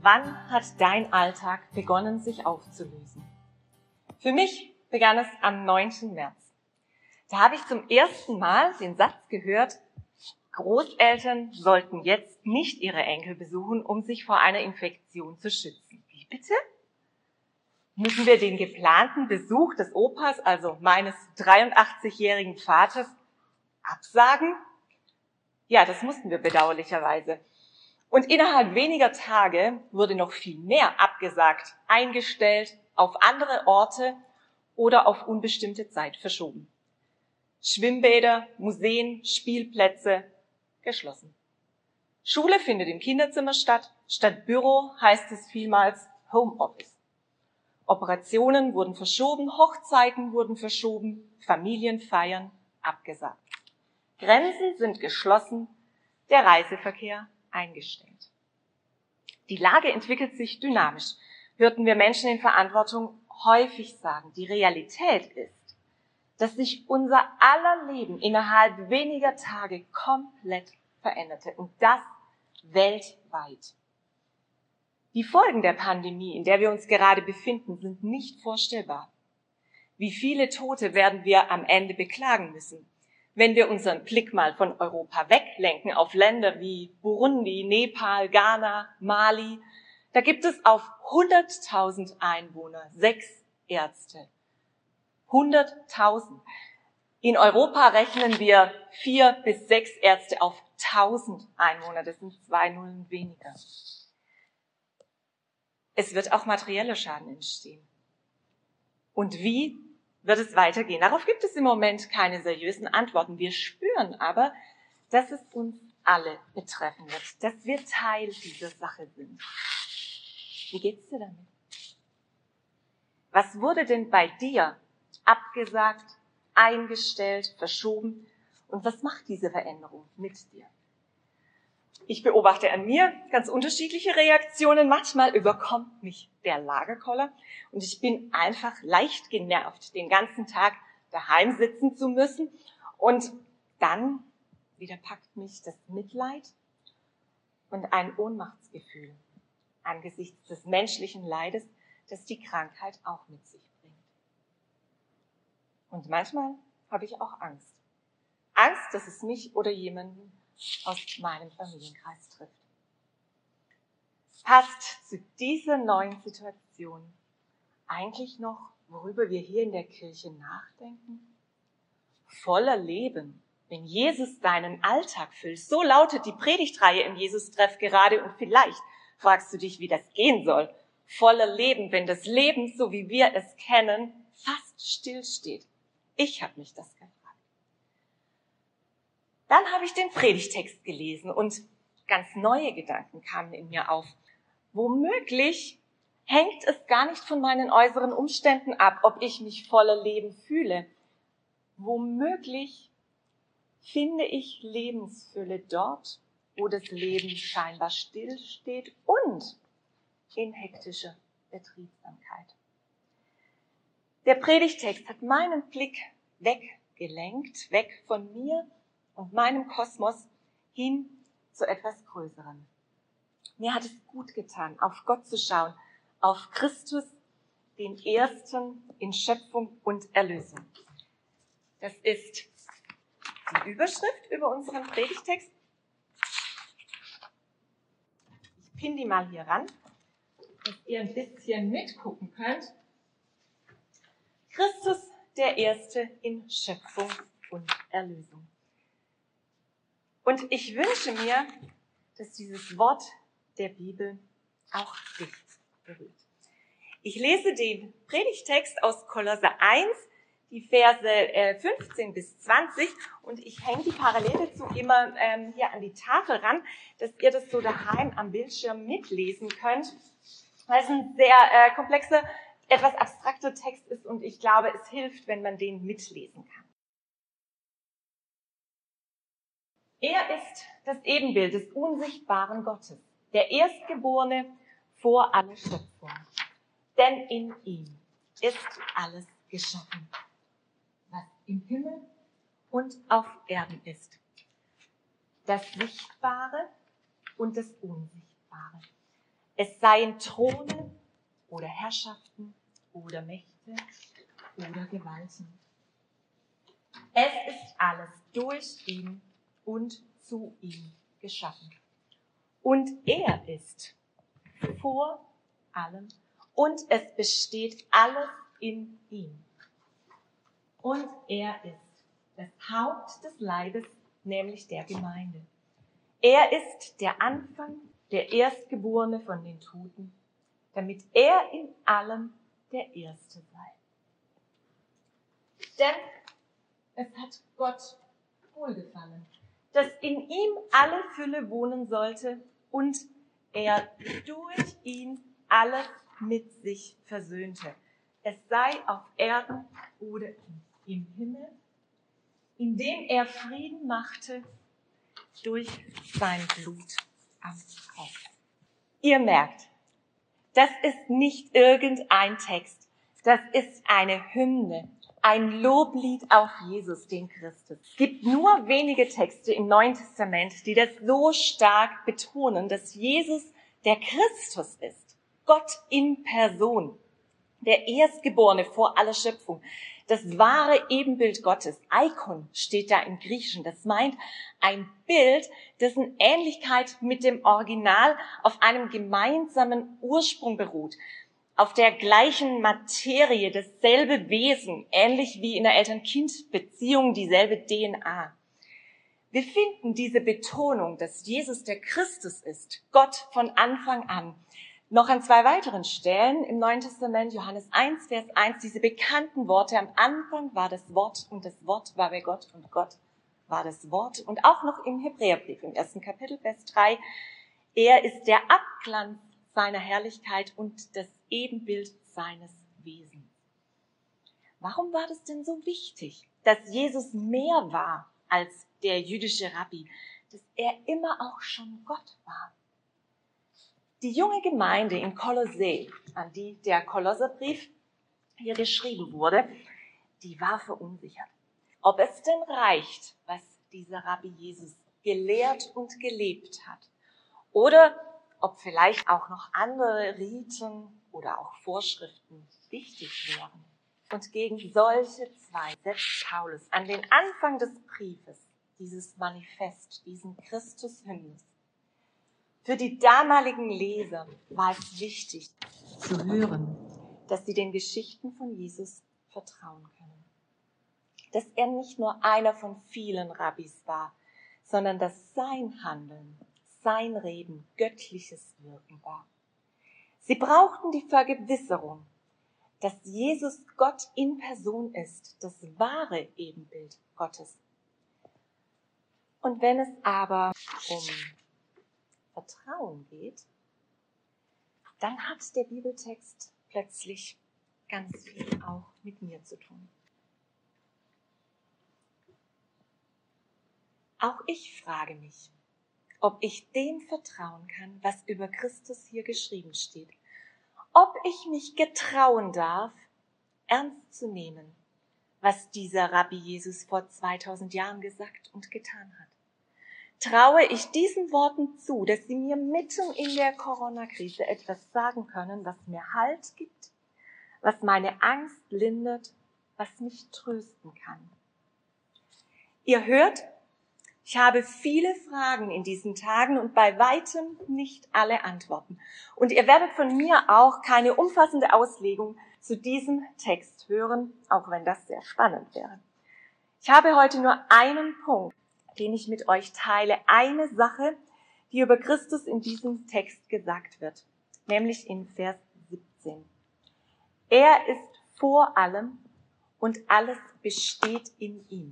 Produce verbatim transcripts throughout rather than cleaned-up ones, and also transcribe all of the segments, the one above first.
Wann hat dein Alltag begonnen, sich aufzulösen? Für mich begann es am neunten März. Da habe ich zum ersten Mal den Satz gehört, Großeltern sollten jetzt nicht ihre Enkel besuchen, um sich vor einer Infektion zu schützen. Wie bitte? Müssen wir den geplanten Besuch des Opas, also meines dreiundachtzigjährigen Vaters, absagen? Ja, das mussten wir bedauerlicherweise. Und innerhalb weniger Tage wurde noch viel mehr abgesagt, eingestellt, auf andere Orte oder auf unbestimmte Zeit verschoben. Schwimmbäder, Museen, Spielplätze geschlossen. Schule findet im Kinderzimmer statt. Statt Büro heißt es vielmals Homeoffice. Operationen wurden verschoben, Hochzeiten wurden verschoben, Familienfeiern abgesagt. Grenzen sind geschlossen, der Reiseverkehr eingestellt. Die Lage entwickelt sich dynamisch, hörten wir Menschen in Verantwortung häufig sagen. Die Realität ist, dass sich unser aller Leben innerhalb weniger Tage komplett veränderte und das weltweit. Die Folgen der Pandemie, in der wir uns gerade befinden, sind nicht vorstellbar. Wie viele Tote werden wir am Ende beklagen müssen, wenn wir unseren Blick mal von Europa weglenken auf Länder wie Burundi, Nepal, Ghana, Mali? Da gibt es auf hunderttausend Einwohner sechs Ärzte. hunderttausend. In Europa rechnen wir vier bis sechs Ärzte auf tausend Einwohner. Das sind zwei Nullen weniger. Es wird auch materieller Schaden entstehen. Und wie wird es weitergehen? Darauf gibt es im Moment keine seriösen Antworten. Wir spüren aber, dass es uns alle betreffen wird, dass wir Teil dieser Sache sind. Wie geht's dir damit? Was wurde denn bei dir abgesagt, eingestellt, verschoben? Und was macht diese Veränderung mit dir? Ich beobachte an mir ganz unterschiedliche Reaktionen. Manchmal überkommt mich der Lagerkoller und ich bin einfach leicht genervt, den ganzen Tag daheim sitzen zu müssen. Und dann wieder packt mich das Mitleid und ein Ohnmachtsgefühl angesichts des menschlichen Leides, das die Krankheit auch mit sich bringt. Und manchmal habe ich auch Angst. Angst, dass es mich oder jemanden aus meinem Familienkreis trifft. Passt zu dieser neuen Situation eigentlich noch, worüber wir hier in der Kirche nachdenken? Voller Leben, wenn Jesus deinen Alltag füllt. So lautet die Predigtreihe im Jesus-Treff gerade und vielleicht fragst du dich, wie das gehen soll. Voller Leben, wenn das Leben, so wie wir es kennen, fast stillsteht. Ich habe mich das gefragt. Dann habe ich den Predigtext gelesen und ganz neue Gedanken kamen in mir auf. Womöglich hängt es gar nicht von meinen äußeren Umständen ab, ob ich mich voller Leben fühle. Womöglich finde ich Lebensfülle dort, wo das Leben scheinbar stillsteht und in hektischer Betriebsamkeit. Der Predigtext hat meinen Blick weggelenkt, weg von mir und meinem Kosmos hin zu etwas Größerem. Mir hat es gut getan, auf Gott zu schauen, auf Christus, den Ersten in Schöpfung und Erlösung. Das ist die Überschrift über unseren Predigtext. Ich pinne die mal hier ran, dass ihr ein bisschen mitgucken könnt. Christus, der Erste in Schöpfung und Erlösung. Und ich wünsche mir, dass dieses Wort der Bibel auch dich berührt. Ich lese den Predigtext aus Kolosser eins, die Verse fünfzehn bis zwanzig, und ich hänge die parallel dazu immer ähm, hier an die Tafel ran, dass ihr das so daheim am Bildschirm mitlesen könnt, weil es ein sehr äh, komplexer, etwas abstrakter Text ist und ich glaube, es hilft, wenn man den mitlesen kann. Er ist das Ebenbild des unsichtbaren Gottes, der Erstgeborene vor aller Schöpfung. Denn in ihm ist alles geschaffen, was im Himmel und auf Erden ist. Das Sichtbare und das Unsichtbare. Es seien Throne oder Herrschaften oder Mächte oder Gewalten. Es ist alles durch ihn und zu ihm geschaffen. Und er ist vor allem und es besteht alles in ihm. Und er ist das Haupt des Leibes, nämlich der Gemeinde. Er ist der Anfang, der Erstgeborene von den Toten, damit er in allem der Erste sei. Denn es hat Gott wohlgefallen, dass in ihm alle Fülle wohnen sollte und er durch ihn alles mit sich versöhnte. Es sei auf Erden oder im Himmel, indem er Frieden machte durch sein Blut am Kreuz. Ihr merkt, das ist nicht irgendein Text, das ist eine Hymne, ein Loblied auf Jesus, den Christus. Es gibt nur wenige Texte im Neuen Testament, die das so stark betonen, dass Jesus der Christus ist, Gott in Person, der Erstgeborene vor aller Schöpfung, das wahre Ebenbild Gottes. Icon steht da im Griechischen. Das meint ein Bild, dessen Ähnlichkeit mit dem Original auf einem gemeinsamen Ursprung beruht, auf der gleichen Materie, dasselbe Wesen, ähnlich wie in der Eltern-Kind-Beziehung dieselbe D N A. Wir finden diese Betonung, dass Jesus der Christus ist, Gott von Anfang an, noch an zwei weiteren Stellen im Neuen Testament, Johannes eins, Vers eins, diese bekannten Worte, am Anfang war das Wort und das Wort war bei Gott und Gott war das Wort. Und auch noch im Hebräerbrief, im ersten Kapitel, Vers drei, er ist der Abglanz seiner Herrlichkeit und das Ebenbild seines Wesens. Warum war das denn so wichtig, dass Jesus mehr war als der jüdische Rabbi, dass er immer auch schon Gott war? Die junge Gemeinde in Kolossä, an die der Kolosserbrief hier geschrieben wurde, die war verunsichert. Ob es denn reicht, was dieser Rabbi Jesus gelehrt und gelebt hat, oder ob vielleicht auch noch andere Riten oder auch Vorschriften wichtig wären. Und gegen solche zwei setzt Paulus an den Anfang des Briefes dieses Manifest, diesen Christus-Hymnus. Für die damaligen Leser war es wichtig zu hören, dass sie den Geschichten von Jesus vertrauen können. Dass er nicht nur einer von vielen Rabbis war, sondern dass sein Handeln, sein Reden göttliches Wirken war. Sie brauchten die Vergewisserung, dass Jesus Gott in Person ist, das wahre Ebenbild Gottes. Und wenn es aber um Vertrauen geht, dann hat der Bibeltext plötzlich ganz viel auch mit mir zu tun. Auch ich frage mich, ob ich dem vertrauen kann, was über Christus hier geschrieben steht. Ob ich mich getrauen darf, ernst zu nehmen, was dieser Rabbi Jesus vor zweitausend Jahren gesagt und getan hat. Traue ich diesen Worten zu, dass sie mir mitten in der Corona-Krise etwas sagen können, was mir Halt gibt, was meine Angst lindert, was mich trösten kann. Ihr hört, ich habe viele Fragen in diesen Tagen und bei weitem nicht alle Antworten. Und ihr werdet von mir auch keine umfassende Auslegung zu diesem Text hören, auch wenn das sehr spannend wäre. Ich habe heute nur einen Punkt, den ich mit euch teile, eine Sache, die über Christus in diesem Text gesagt wird, nämlich in Vers siebzehn. Er ist vor allem und alles besteht in ihm.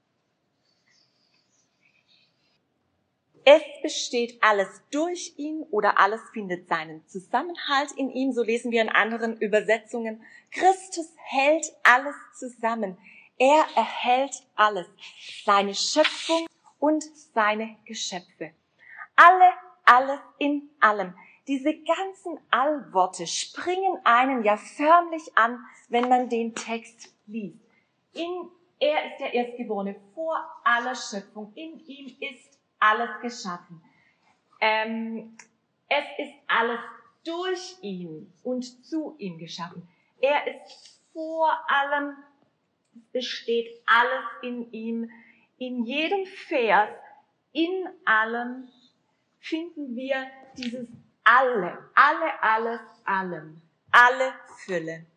Es besteht alles durch ihn oder alles findet seinen Zusammenhalt in ihm, so lesen wir in anderen Übersetzungen. Christus hält alles zusammen. Er erhält alles, seine Schöpfung und seine Geschöpfe. Alle, alles in allem. Diese ganzen Allworte springen einem ja förmlich an, wenn man den Text liest. In, er ist der Erstgeborene vor aller Schöpfung. In ihm ist alles geschaffen. Ähm, es ist alles durch ihn und zu ihm geschaffen. Er ist vor allem, es besteht alles in ihm. In jedem Vers, in allem finden wir dieses alle, alle, alles, allem, alle Fülle.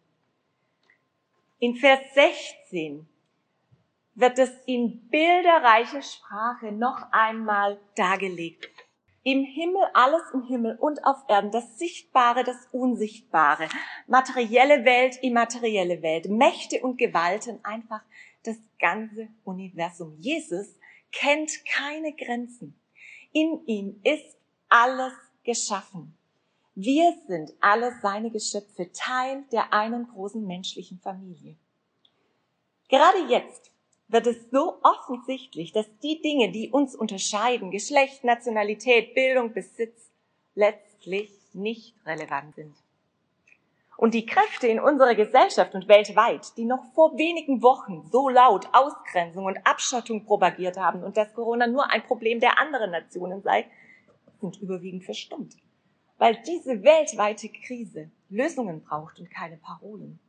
In Vers sechzehn wird es in bilderreicher Sprache noch einmal dargelegt. Im Himmel, alles im Himmel und auf Erden, das Sichtbare, das Unsichtbare, materielle Welt, immaterielle Welt, Mächte und Gewalten, einfach das ganze Universum. Jesus kennt keine Grenzen. In ihm ist alles geschaffen. Wir sind alle seine Geschöpfe, Teil der einen großen menschlichen Familie. Gerade jetzt wird es so offensichtlich, dass die Dinge, die uns unterscheiden, Geschlecht, Nationalität, Bildung, Besitz, letztlich nicht relevant sind. Und die Kräfte in unserer Gesellschaft und weltweit, die noch vor wenigen Wochen so laut Ausgrenzung und Abschottung propagiert haben und dass Corona nur ein Problem der anderen Nationen sei, sind überwiegend verstummt. Weil diese weltweite Krise Lösungen braucht und keine Parolen.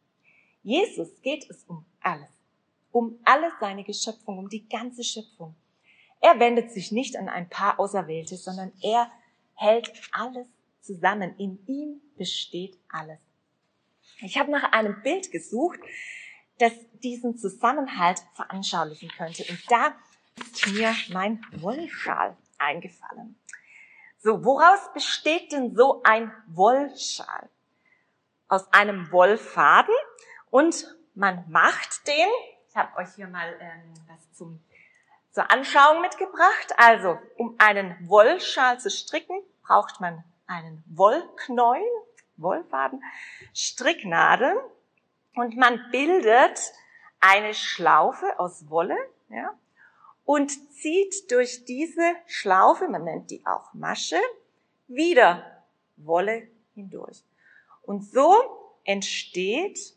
Jesus geht es um alles. Um alle seine Geschöpfung, um die ganze Schöpfung. Er wendet sich nicht an ein paar Auserwählte, sondern er hält alles zusammen. In ihm besteht alles. Ich habe nach einem Bild gesucht, das diesen Zusammenhalt veranschaulichen könnte. Und da ist mir mein Wollschal eingefallen. So, woraus besteht denn so ein Wollschal? Aus einem Wollfaden und man macht den. Ich habe euch hier mal ähm, was zum, zur Anschauung mitgebracht. Also, um einen Wollschal zu stricken, braucht man einen Wollknäuel, Wollfaden, Stricknadeln und man bildet eine Schlaufe aus Wolle, ja, und zieht durch diese Schlaufe, man nennt die auch Masche, wieder Wolle hindurch. Und so entsteht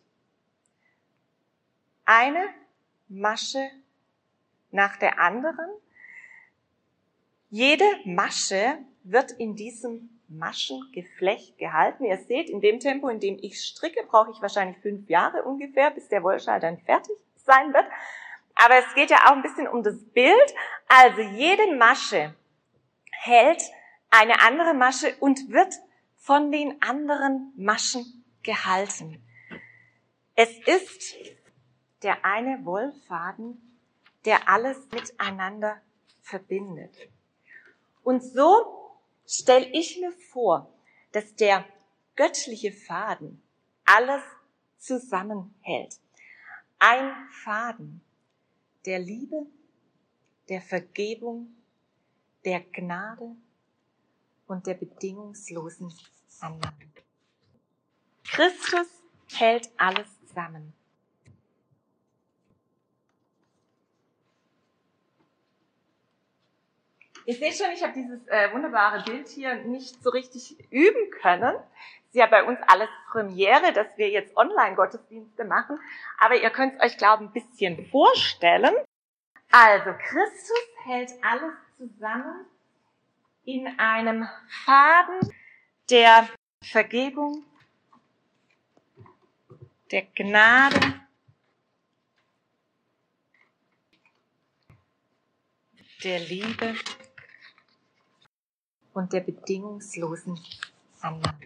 eine Masche nach der anderen. Jede Masche wird in diesem Maschengeflecht gehalten. Ihr seht, in dem Tempo, in dem ich stricke, brauche ich wahrscheinlich fünf Jahre ungefähr, bis der Wollschal dann fertig sein wird. Aber es geht ja auch ein bisschen um das Bild. Also jede Masche hält eine andere Masche und wird von den anderen Maschen gehalten. Es ist der eine Wollfaden, der alles miteinander verbindet. Und so stelle ich mir vor, dass der göttliche Faden alles zusammenhält. Ein Faden der Liebe, der Vergebung, der Gnade und der bedingungslosen Annahme. Christus hält alles zusammen. Ihr seht schon, ich habe dieses äh, wunderbare Bild hier nicht so richtig üben können. Es ist ja bei uns alles Premiere, dass wir jetzt Online-Gottesdienste machen. Aber ihr könnt es euch, glaube ich, ein bisschen vorstellen. Also, Christus hält alles zusammen in einem Faden der Vergebung, der Gnade, der Liebe und der bedingungslosen Annahme.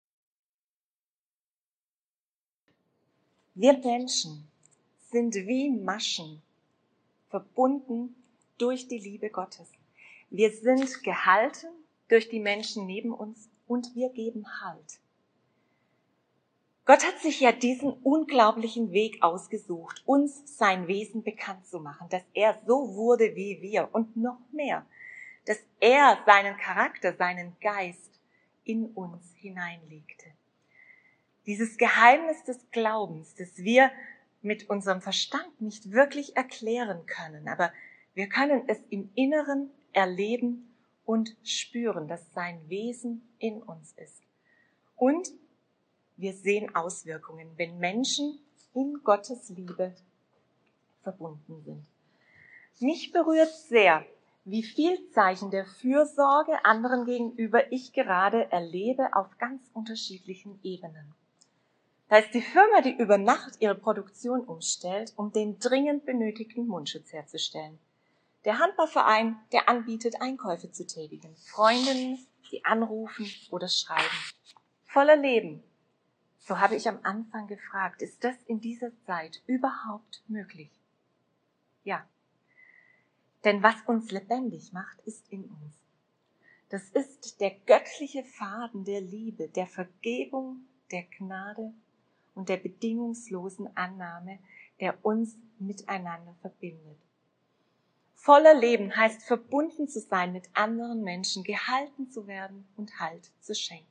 Wir Menschen sind wie Maschen, verbunden durch die Liebe Gottes. Wir sind gehalten durch die Menschen neben uns und wir geben Halt. Gott hat sich ja diesen unglaublichen Weg ausgesucht, uns sein Wesen bekannt zu machen, dass er so wurde wie wir und noch mehr, dass er seinen Charakter, seinen Geist in uns hineinlegte. Dieses Geheimnis des Glaubens, das wir mit unserem Verstand nicht wirklich erklären können, aber wir können es im Inneren erleben und spüren, dass sein Wesen in uns ist. Und wir sehen Auswirkungen, wenn Menschen in Gottes Liebe verbunden sind. Mich berührt sehr, wie viel Zeichen der Fürsorge anderen gegenüber ich gerade erlebe auf ganz unterschiedlichen Ebenen. Da ist die Firma, die über Nacht ihre Produktion umstellt, um den dringend benötigten Mundschutz herzustellen. Der Handballverein, der anbietet, Einkäufe zu tätigen. Freundinnen, die anrufen oder schreiben. Voller Leben. So habe ich am Anfang gefragt, ist das in dieser Zeit überhaupt möglich? Ja. Denn was uns lebendig macht, ist in uns. Das ist der göttliche Faden der Liebe, der Vergebung, der Gnade und der bedingungslosen Annahme, der uns miteinander verbindet. Voller Leben heißt, verbunden zu sein mit anderen Menschen, gehalten zu werden und Halt zu schenken.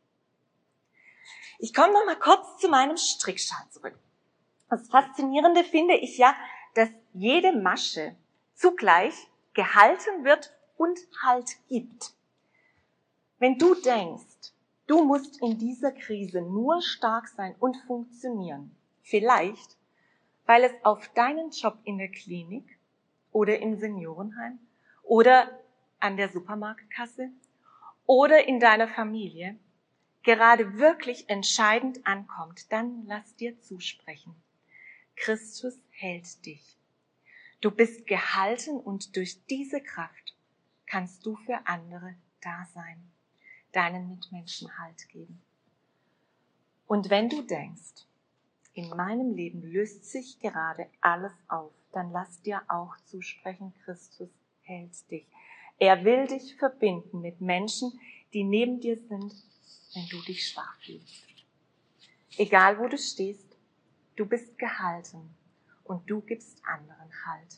Ich komme noch mal kurz zu meinem Strickschal zurück. Das Faszinierende finde ich ja, dass jede Masche zugleich gehalten wird und Halt gibt. Wenn du denkst, du musst in dieser Krise nur stark sein und funktionieren, vielleicht, weil es auf deinen Job in der Klinik oder im Seniorenheim oder an der Supermarktkasse oder in deiner Familie gerade wirklich entscheidend ankommt, dann lass dir zusprechen. Christus hält dich. Du bist gehalten und durch diese Kraft kannst du für andere da sein, deinen Mitmenschen Halt geben. Und wenn du denkst, in meinem Leben löst sich gerade alles auf, dann lass dir auch zusprechen, Christus hält dich. Er will dich verbinden mit Menschen, die neben dir sind, wenn du dich schwach fühlst. Egal wo du stehst, du bist gehalten und du gibst anderen Halt.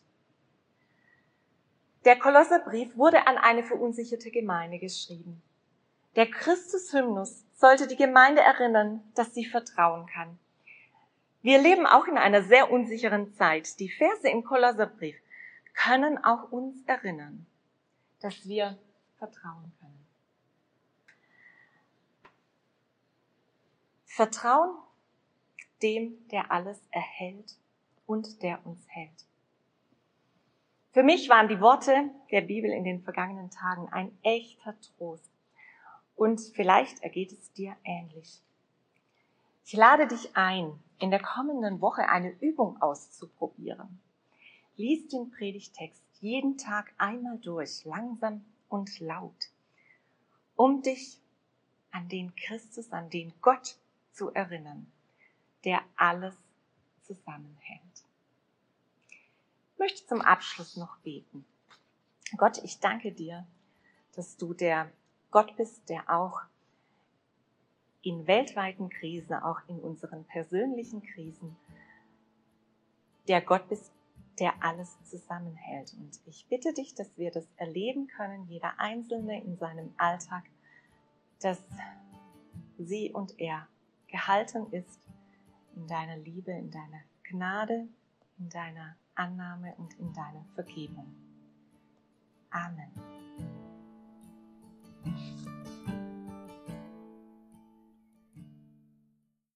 Der Kolosserbrief wurde an eine verunsicherte Gemeinde geschrieben. Der Christus-Hymnus sollte die Gemeinde erinnern, dass sie vertrauen kann. Wir leben auch in einer sehr unsicheren Zeit. Die Verse im Kolosserbrief können auch uns erinnern, dass wir vertrauen können. Vertrauen dem, der alles erhält und der uns hält. Für mich waren die Worte der Bibel in den vergangenen Tagen ein echter Trost. Und vielleicht ergeht es dir ähnlich. Ich lade dich ein, in der kommenden Woche eine Übung auszuprobieren. Lies den Predigtext jeden Tag einmal durch, langsam und laut, um dich an den Christus, an den Gott zu erinnern, der alles zusammenhält. Ich möchte zum Abschluss noch beten. Gott, ich danke dir, dass du der Gott bist, der auch in weltweiten Krisen, auch in unseren persönlichen Krisen, der Gott bist, der alles zusammenhält. Und ich bitte dich, dass wir das erleben können, jeder Einzelne in seinem Alltag, dass sie und er gehalten ist in deiner Liebe, in deiner Gnade, in deiner Annahme und in deiner Vergebung. Amen.